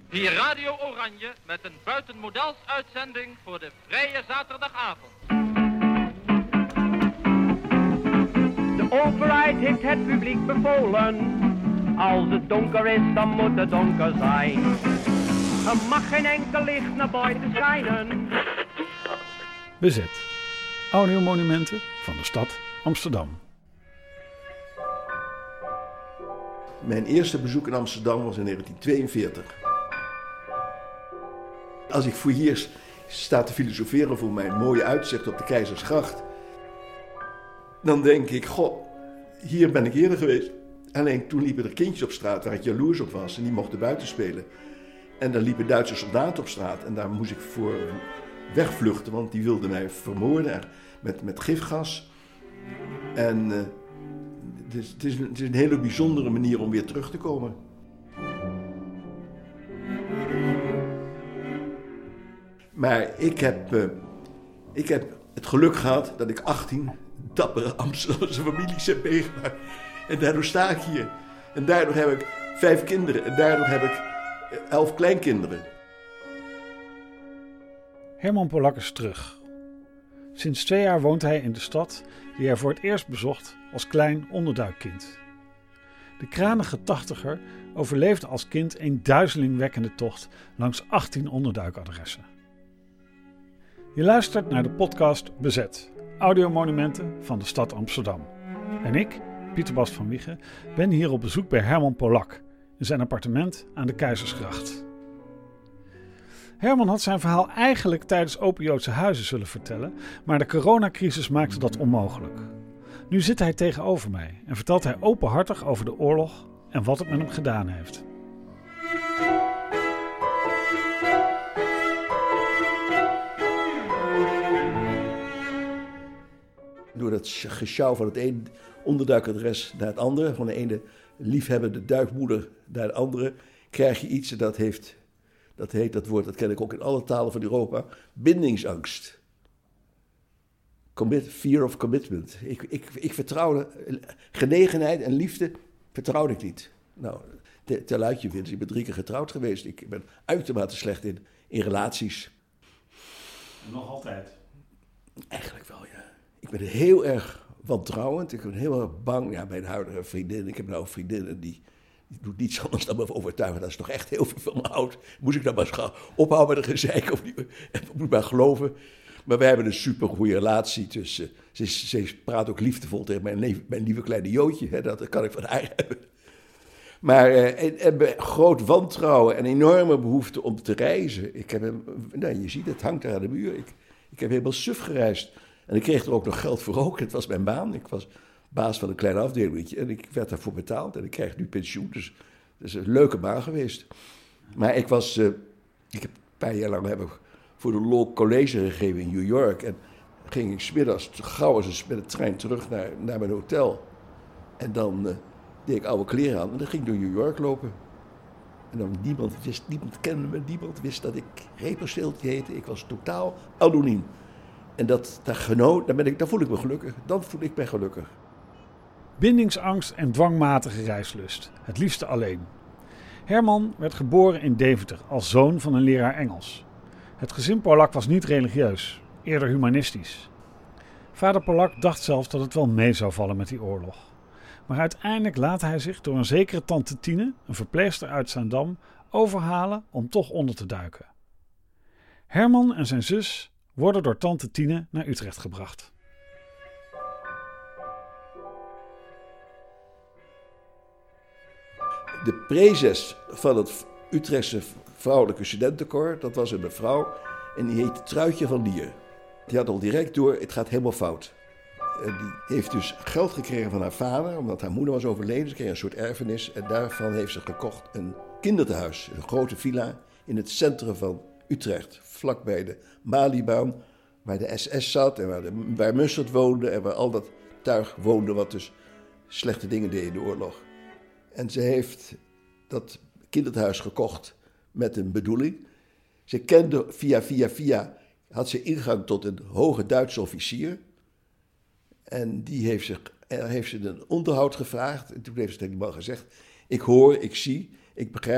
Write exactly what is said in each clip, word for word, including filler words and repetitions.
Hier Radio Oranje met een buitenmodels uitzending voor de vrije zaterdagavond. De overheid heeft het publiek bevolen. Als het donker is, dan moet het donker zijn. Er mag geen enkel licht naar buiten schijnen. Bezet. Audiomonumenten van de stad Amsterdam. Mijn eerste bezoek in Amsterdam was in negentien tweeënveertig. Als ik voor hier sta te filosoferen voor mijn mooie uitzicht op de Keizersgracht, dan denk ik, goh, hier ben ik eerder geweest. Alleen toen liepen er kindjes op straat waar ik jaloers op was en die mochten buiten spelen. En dan liepen Duitse soldaten op straat en daar moest ik voor wegvluchten, want die wilden mij vermoorden met, met gifgas. En uh, het, is, het, is een, het is een hele bijzondere manier om weer terug te komen. Maar ik heb, uh, ik heb het geluk gehad dat ik achttien dappere Amsterdamse families heb meegemaakt. En daardoor sta ik hier. En daardoor heb ik vijf kinderen. En daardoor heb ik elf kleinkinderen. Herman Polak is terug. Sinds twee jaar woont hij in de stad die hij voor het eerst bezocht als klein onderduikkind. De kranige tachtiger overleefde als kind een duizelingwekkende tocht langs achttien onderduikadressen. Je luistert naar de podcast Bezet. Audiomonumenten van de stad Amsterdam. En ik, Pieter Bast van Wiegen, ben hier op bezoek bij Herman Polak in zijn appartement aan de Keizersgracht. Herman had zijn verhaal eigenlijk tijdens Open Joodse Huizen zullen vertellen, maar de coronacrisis maakte dat onmogelijk. Nu zit hij tegenover mij en vertelt hij openhartig over de oorlog en wat het met hem gedaan heeft. Door dat gesjouw van het ene onderduikadres naar het andere, van de ene liefhebbende duikmoeder naar de andere, krijg je iets, en dat, heeft, dat heet, dat woord, dat ken ik ook in alle talen van Europa, bindingsangst. Commit, fear of commitment. Ik, ik, ik vertrouwde, genegenheid en liefde vertrouwde ik niet. Nou, te, ter luidje vindt, ik ben drie keer getrouwd geweest. Ik ben uitermate slecht in, in relaties. Nog altijd? Eigenlijk wel, ja. Ik ben heel erg wantrouwend. Ik ben heel erg bang. Ja, mijn huidige vriendin. Ik heb nou een vriendin en die, die doet niets anders dan me overtuigen. Dat is toch echt heel veel van me houdt. Moest ik nou maar eens gaan ophouden met een gezeik of niet? Ik moet maar geloven. Maar wij hebben een supergoeie relatie. Dus uh, ze, ze praat ook liefdevol tegen mijn, lief, mijn lieve kleine Jootje. Hè, dat kan ik van haar hebben. Maar uh, en, en groot wantrouwen en enorme behoefte om te reizen. Ik heb hem, nou, je ziet het, hangt daar aan de muur. Ik, ik heb helemaal suf gereisd. En ik kreeg er ook nog geld voor ook. Het was mijn baan. Ik was baas van een klein afdelingetje. En ik werd daarvoor betaald. En ik krijg nu pensioen. Dus dat is een leuke baan geweest. Maar ik was... Uh, ik heb een paar jaar lang heb ik voor de Law College gegeven in New York. En ging ik 's middags gauw eens met de trein terug naar, naar mijn hotel. En dan uh, deed ik oude kleren aan. En dan ging ik door New York lopen. En dan niemand wist, niemand kende me. Niemand wist dat ik Repersteeltje heette. Ik was totaal anoniem. En dat, daar, genoot, daar, ben ik, daar voel ik me gelukkig. Dan voel ik me gelukkig. Bindingsangst en dwangmatige reislust. Het liefste alleen. Herman werd geboren in Deventer als zoon van een leraar Engels. Het gezin Polak was niet religieus, eerder humanistisch. Vader Polak dacht zelfs dat het wel mee zou vallen met die oorlog. Maar uiteindelijk laat hij zich door een zekere tante Tine, een verpleegster uit Zaandam, overhalen om toch onder te duiken. Herman en zijn zus worden door tante Tine naar Utrecht gebracht. De prezes van het Utrechtse vrouwelijke studentenkoor, dat was een mevrouw en die heette Truitje van Lier. Die had al direct door, het gaat helemaal fout. En die heeft dus geld gekregen van haar vader, omdat haar moeder was overleden. Ze kreeg een soort erfenis en daarvan heeft ze gekocht een kindertehuis, een grote villa in het centrum van Utrecht, vlakbij de Malibaan, waar de S S zat en waar, de, waar Mussert woonde en waar al dat tuig woonde wat dus slechte dingen deed in de oorlog. En ze heeft dat kinderthuis gekocht met een bedoeling. Ze kende via, via, via, had ze ingang tot een hoge Duitse officier. En die heeft, zich, heeft ze een onderhoud gevraagd. En toen heeft ze tegen die man gezegd, ik hoor, ik zie, ik begrijp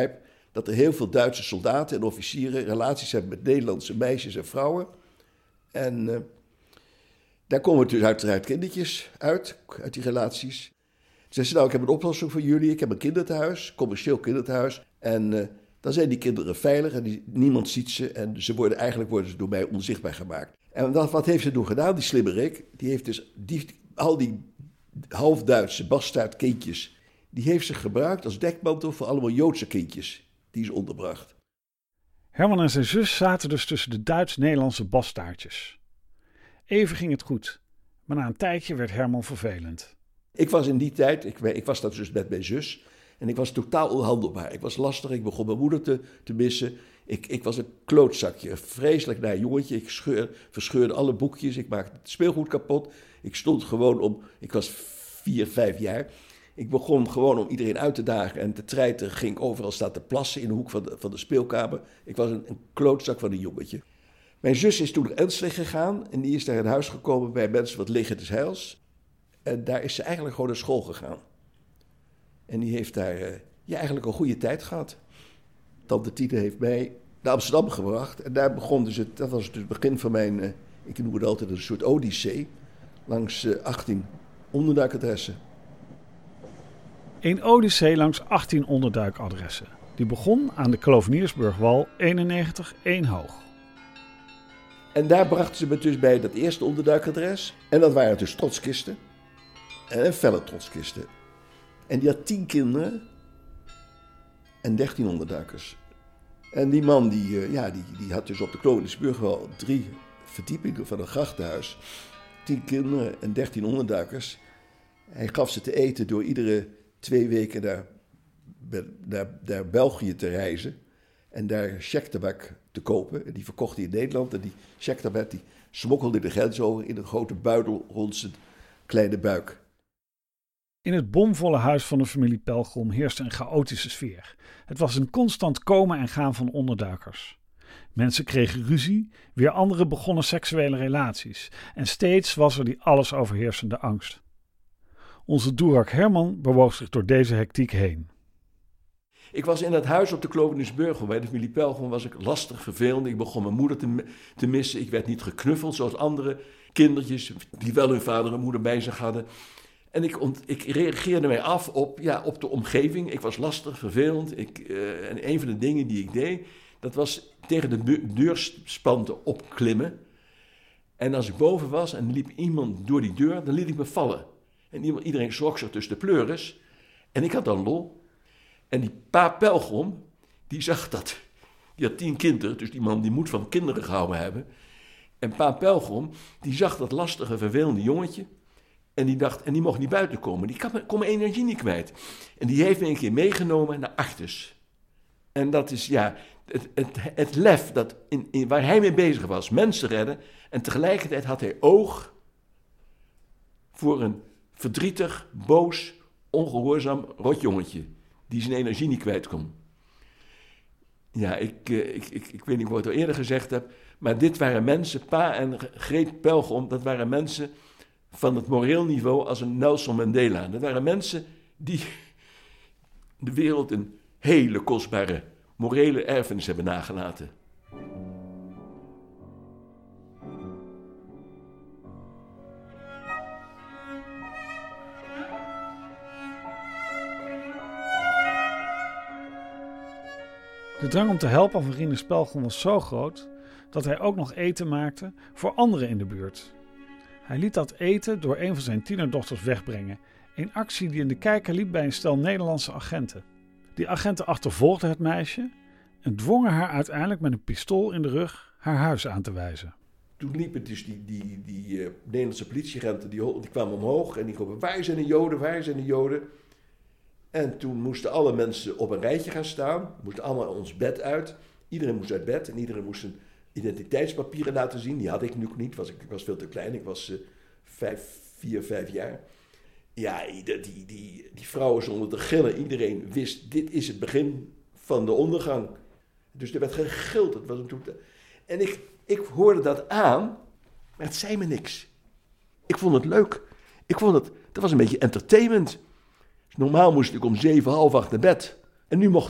dat er heel veel Duitse soldaten en officieren relaties hebben met Nederlandse meisjes en vrouwen. En uh, daar komen dus uiteraard kindertjes uit, uit die relaties. Toen zei ze, nou, ik heb een oplossing voor jullie. Ik heb een kinderthuis, commercieel kinderthuis. En uh, dan zijn die kinderen veilig en die, niemand ziet ze. En ze worden, eigenlijk worden ze door mij onzichtbaar gemaakt. En dat, wat heeft ze toen gedaan, die slimmerik? Die heeft dus die, al die half-Duitse bastaardkindjes, die heeft ze gebruikt als dekmantel voor allemaal Joodse kindjes die ze onderbracht. Herman en zijn zus zaten dus tussen de Duits-Nederlandse bastaardjes. Even ging het goed, maar na een tijdje werd Herman vervelend. Ik was in die tijd, ik, ik was dat dus met mijn zus, en ik was totaal onhandelbaar. Ik was lastig, ik begon mijn moeder te, te missen. Ik, ik was een klootzakje, een vreselijk naar jongetje. Ik scheur, verscheurde alle boekjes, ik maakte het speelgoed kapot. Ik stond gewoon om, ik was vier, vijf jaar. Ik begon gewoon om iedereen uit te dagen en te treiten. Ging overal staan te plassen in de hoek van de, van de speelkamer. Ik was een, een klootzak van een jongetje. Mijn zus is toen naar Enschede gegaan en die is daar in huis gekomen bij mensen wat liggen des heils. En daar is ze eigenlijk gewoon naar school gegaan. En die heeft daar uh, ja, eigenlijk een goede tijd gehad. Tante Tine heeft mij naar Amsterdam gebracht. En daar begon dus het, dat was dus het begin van mijn, uh, ik noem het altijd een soort odyssee, langs uh, achttien onderduikadressen. Een odyssee langs achttien onderduikadressen. Die begon aan de Kloveniersburgwal eenennegentig één hoog. En daar brachten ze me dus bij dat eerste onderduikadres. En dat waren dus trotskisten. En felle trotskisten. En die had tien kinderen en dertien onderduikers. En die man die, uh, ja, die, die had dus op de Kloveniersburgwal drie verdiepingen van een grachtenhuis. Tien kinderen en dertien onderduikers. Hij gaf ze te eten door iedere twee weken naar, naar, naar België te reizen. En daar checktabak te kopen. En die verkocht hij in Nederland. En die checktabak die smokkelde de grens over in een grote buidel rond zijn kleine buik. In het bomvolle huis van de familie Pelgrom heerste een chaotische sfeer. Het was een constant komen en gaan van onderduikers. Mensen kregen ruzie, weer anderen begonnen seksuele relaties. En steeds was er die alles overheersende angst. Onze Doerak Herman bewoog zich door deze hectiek heen. Ik was in dat huis op de Kloveniersburgwal. Bij de familie Pelgrom was ik lastig, vervelend. Ik begon mijn moeder te, te missen. Ik werd niet geknuffeld zoals andere kindertjes die wel hun vader en moeder bij zich hadden. En ik, ont, ik reageerde mij af op, ja, op de omgeving. Ik was lastig, vervelend. Ik, uh, en een van de dingen die ik deed, dat was tegen de deurspanten opklimmen. En als ik boven was en liep iemand door die deur, dan liet ik me vallen. En iedereen schrok zich tussen de pleuris. En ik had dan lol. En die pa Pelgrom, die zag dat. Die had tien kinderen, dus die man die moet van kinderen gehouden hebben. En pa Pelgrom, die zag dat lastige, vervelende jongetje. En die dacht, en die mocht niet buiten komen. Die kon mijn energie niet kwijt. En die heeft me een keer meegenomen naar Achters. En dat is, ja, het, het, het lef dat in, in, waar hij mee bezig was. Mensen redden. En tegelijkertijd had hij oog voor een verdrietig, boos, ongehoorzaam rotjongetje. Die zijn energie niet kwijt kon. Ja, ik, ik, ik, ik weet niet of ik het al eerder gezegd heb. Maar dit waren mensen, pa en Greet Pelgrom, dat waren mensen van het moreel niveau als een Nelson Mandela. Dat waren mensen die de wereld een hele kostbare morele erfenis hebben nagelaten. De drang om te helpen van Rinus Pelgrom was zo groot dat hij ook nog eten maakte voor anderen in de buurt. Hij liet dat eten door een van zijn tienerdochters wegbrengen. Een actie die in de kijker liep bij een stel Nederlandse agenten. Die agenten achtervolgden het meisje en dwongen haar uiteindelijk met een pistool in de rug haar huis aan te wijzen. Toen liepen dus die, die, die uh, Nederlandse politieagenten, die, die kwamen omhoog en die roepen, waar zijn de Joden, waar zijn de Joden? En toen moesten alle mensen op een rijtje gaan staan, moesten allemaal ons bed uit. Iedereen moest uit bed en iedereen moest zijn identiteitspapieren laten zien. Die had ik nu niet, was, ik was veel te klein, ik was uh, vijf, vier, vijf jaar. Ja, die, die, die, die vrouwen stonden te gillen, iedereen wist, dit is het begin van de ondergang. Dus er werd gegild. Het was een toet- en ik, ik hoorde dat aan, maar het zei me niks. Ik vond het leuk. Ik vond het, dat was een beetje entertainment. Normaal moest ik om zeven, half acht naar bed. En nu mocht ik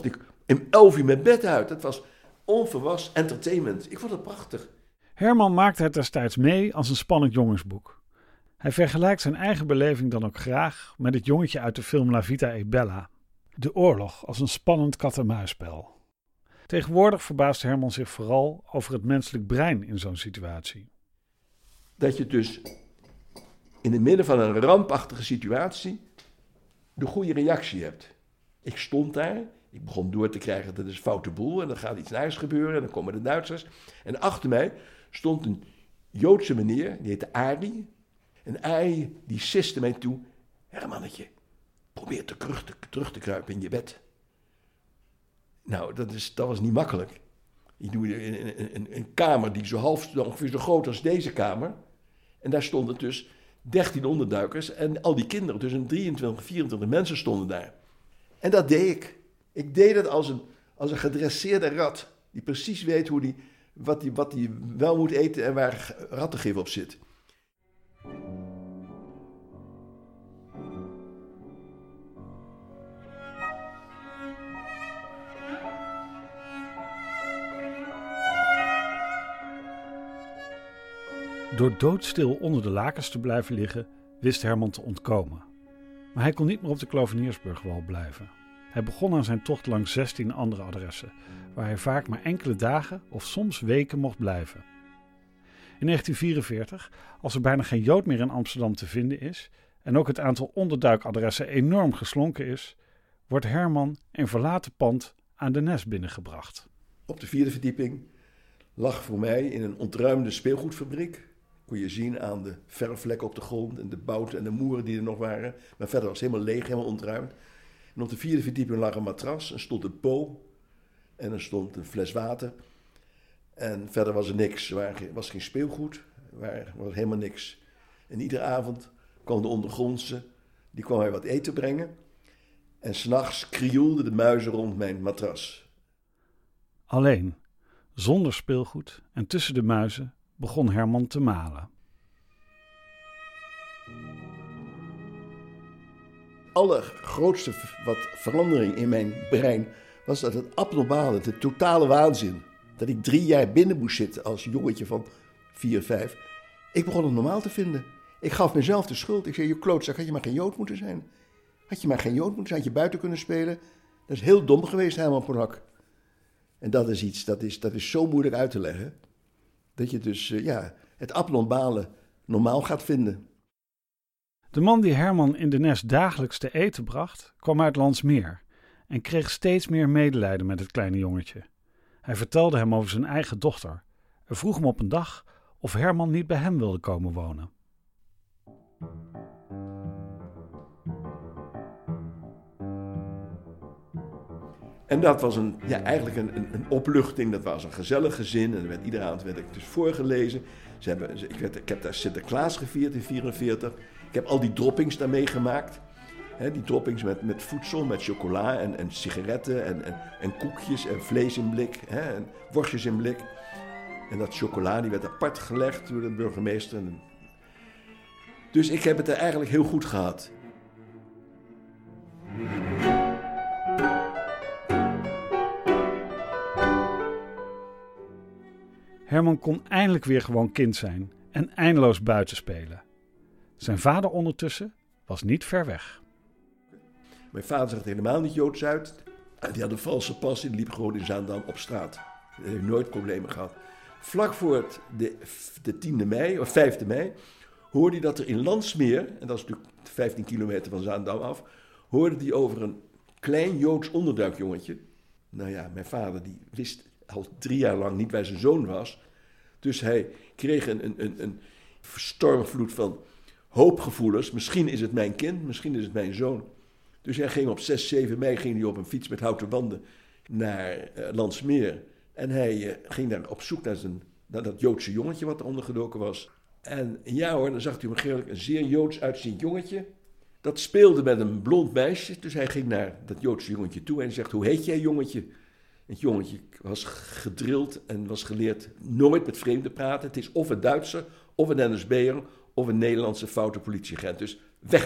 om elf uur mijn bed uit. Dat was onverwas entertainment. Ik vond het prachtig. Herman maakte het destijds mee als een spannend jongensboek. Hij vergelijkt zijn eigen beleving dan ook graag met het jongetje uit de film La Vita e Bella. De oorlog als een spannend kat-en-muisspel. Tegenwoordig verbaast Herman zich vooral over het menselijk brein in zo'n situatie. Dat je dus in het midden van een rampachtige situatie de goede reactie hebt. Ik stond daar, ik begon door te krijgen dat is een foute boel en er gaat iets naars gebeuren en dan komen de Duitsers. En achter mij stond een Joodse meneer, die heette Arie. En Arie die siste mij toe, Hermannetje, probeer te terug, te terug te kruipen in je bed. Nou, dat, is, dat was niet makkelijk. Ik doe een, een, een, een kamer die zo half, ongeveer zo groot als deze kamer. En daar stonden dus dertien onderduikers en al die kinderen, dus een drieëntwintig, vierentwintig mensen stonden daar. En dat deed ik. Ik deed het als een, als een gedresseerde rat, die precies weet hoe die, wat hij wat die wel moet eten en waar rattengif op zit. Door doodstil onder de lakens te blijven liggen, wist Herman te ontkomen. Maar hij kon niet meer op de Kloveniersburgwal blijven. Hij begon aan zijn tocht langs zestien andere adressen, waar hij vaak maar enkele dagen of soms weken mocht blijven. In negentien vierenveertig, als er bijna geen Jood meer in Amsterdam te vinden is en ook het aantal onderduikadressen enorm geslonken is, wordt Herman een verlaten pand aan de Nes binnengebracht. Op de vierde verdieping lag voor mij in een ontruimde speelgoedfabriek. Kon je zien aan de verfvlekken op de grond en de bouten en de moeren die er nog waren. Maar verder was het helemaal leeg, helemaal ontruimd. En op de vierde verdieping lag een matras, er stond een po en er stond een fles water. En verder was er niks, er was geen speelgoed, er was helemaal niks. En iedere avond kwam de ondergrondse, die kwam mij wat eten brengen. En 's nachts krioelden de muizen rond mijn matras. Alleen, zonder speelgoed en tussen de muizen begon Herman te malen. Allergrootste wat verandering in mijn brein was dat het abnormale, de totale waanzin. Dat ik drie jaar binnen moest zitten als jongetje van vier, vijf. Ik begon het normaal te vinden. Ik gaf mezelf de schuld. Ik zei, je klootzak, had je maar geen Jood moeten zijn. Had je maar geen Jood moeten zijn, had je buiten kunnen spelen. Dat is heel dom geweest, Herman Polak. En dat is iets, dat is, dat is zo moeilijk uit te leggen. Dat je dus uh, ja, het abnormale normaal gaat vinden. De man die Herman in de Nes dagelijks te eten bracht, kwam uit Landsmeer en kreeg steeds meer medelijden met het kleine jongetje. Hij vertelde hem over zijn eigen dochter en vroeg hem op een dag of Herman niet bij hem wilde komen wonen. En dat was een, ja, eigenlijk een, een, een opluchting. Dat was een gezellig gezin. En er werd, iedere avond werd ik dus voorgelezen. Ze hebben, ik, werd, ik heb daar Sinterklaas gevierd in negentien vierenveertig. Ik heb al die droppings daar meegemaakt. He, die droppings met, met voedsel, met chocola en, en sigaretten en, en, en koekjes en vlees in blik. He, en worstjes in blik. En dat chocola die werd apart gelegd door de burgemeester. En, dus ik heb het er eigenlijk heel goed gehad. Herman kon eindelijk weer gewoon kind zijn en eindeloos buiten spelen. Zijn vader ondertussen was niet ver weg. Mijn vader zag er helemaal niet Joods uit. Die had een valse pas, die liep gewoon in Zaandam op straat. Hij heeft nooit problemen gehad. Vlak voor het, de, de tiende mei, of vijfde mei, hoorde hij dat er in Landsmeer, en dat is natuurlijk vijftien kilometer van Zaandam af, hoorde hij over een klein Joods onderduikjongetje. Nou ja, mijn vader die wist al drie jaar lang niet waar zijn zoon was. Dus hij kreeg een, een, een, een stormvloed van hoopgevoelens. Misschien is het mijn kind, misschien is het mijn zoon. Dus hij ging op zes, zeven mei ging hij op een fiets met houten wanden naar uh, Landsmeer. En hij uh, ging daar op zoek naar, zijn, naar dat Joodse jongetje wat er ondergedoken was. En ja hoor, dan zag hij op een gegeven moment een zeer Joods uitziend jongetje. Dat speelde met een blond meisje. Dus hij ging naar dat Joodse jongetje toe en zegt, hoe heet jij jongetje? Het jongetje was gedrild en was geleerd nooit met vreemden praten. Het is of een Duitser, of een N S B'er, of een Nederlandse foute politieagent. Dus weg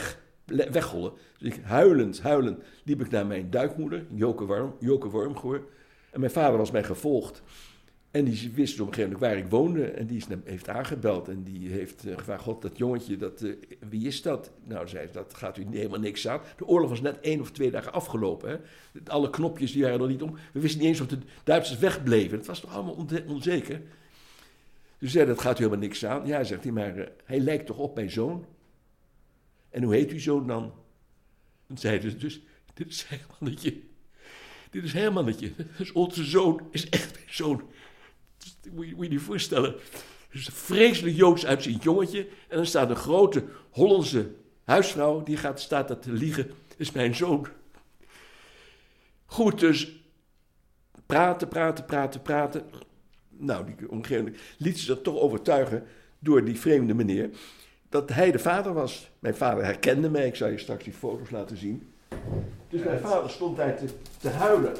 weggollen. Dus ik huilend, huilend liep ik naar mijn duikmoeder, Joke, Worm, Joke Wormgoor. En mijn vader was mij gevolgd. En die wist op een gegeven moment waar ik woonde. En die is, heeft aangebeld. En die heeft uh, gevraagd, god, dat jongetje, dat, uh, wie is dat? Nou, zei ze, dat gaat u helemaal niks aan. De oorlog was net één of twee dagen afgelopen. Hè? Alle knopjes die waren er niet om. We wisten niet eens of de Duitsers wegbleven. Het was toch allemaal on- onzeker. Dus zei, dat gaat u helemaal niks aan. Ja, zegt hij, maar uh, hij lijkt toch op mijn zoon? En hoe heet uw zoon dan? En zei ze dus, dit is Hermannetje. Dit is Hermannetje. Dus onze zoon is echt mijn zoon. Dat moet je moet je niet voorstellen. Dus een vreselijk Joods uitziend jongetje. En dan staat een grote Hollandse huisvrouw. Die gaat, staat dat te liegen. Dat is mijn zoon. Goed, dus praten, praten, praten, praten. Nou, die, op een gegeven moment liet ze zich toch overtuigen door die vreemde meneer dat hij de vader was. Mijn vader herkende mij. Ik zal je straks die foto's laten zien. Dus mijn vader stond daar te, te huilen.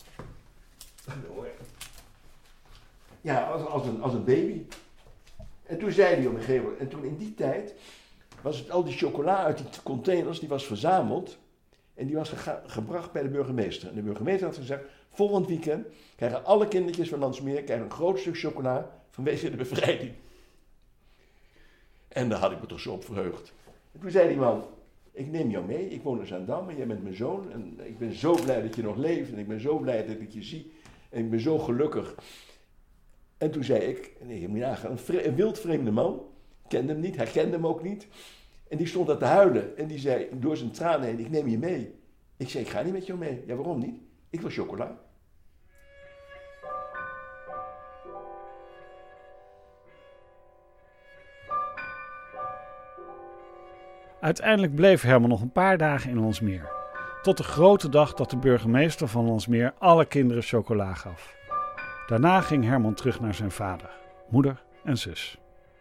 Ja, als, als, een, als een baby. En toen zei hij op een gegeven moment, en toen in die tijd was het al die chocola uit die containers, die was verzameld. En die was gega- gebracht bij de burgemeester. En de burgemeester had gezegd, volgend weekend krijgen alle kindertjes van Landsmeer krijgen een groot stuk chocola vanwege de bevrijding. En daar had ik me toch zo op verheugd. En toen zei die man, ik neem jou mee, ik woon in Zaandam en jij bent mijn zoon. En ik ben zo blij dat je nog leeft en ik ben zo blij dat ik je zie. En ik ben zo gelukkig. En toen zei ik, nee, je moet je nagaan, een, vre- een wild vreemde man, kende hem niet, herkende hem ook niet. En die stond daar te huilen en die zei door zijn tranen heen, ik neem je mee. Ik zei, ik ga niet met jou mee. Ja, waarom niet? Ik wil chocola. Uiteindelijk bleef Herman nog een paar dagen in Landsmeer. Tot de grote dag dat de burgemeester van Landsmeer alle kinderen chocola gaf. Daarna ging Herman terug naar zijn vader, moeder en zus.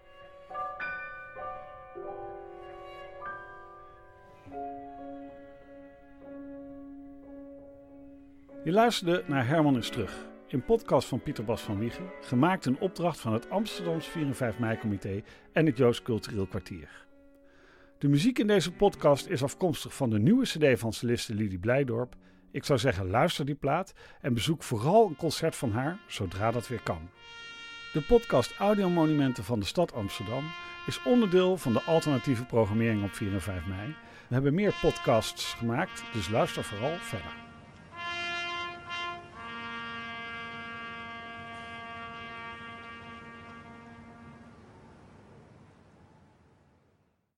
Je luisterde naar Herman is terug, een podcast van Pieter Bas van Wiegen, gemaakt in opdracht van het Amsterdams vier en vijf mei-comité en het Joods Cultureel Kwartier. De muziek in deze podcast is afkomstig van de nieuwe cd van soliste Lidie Blijdorp. Ik zou zeggen, luister die plaat en bezoek vooral een concert van haar, zodra dat weer kan. De podcast Audiomonumenten van de stad Amsterdam is onderdeel van de alternatieve programmering op vier en vijf mei. We hebben meer podcasts gemaakt, dus luister vooral verder.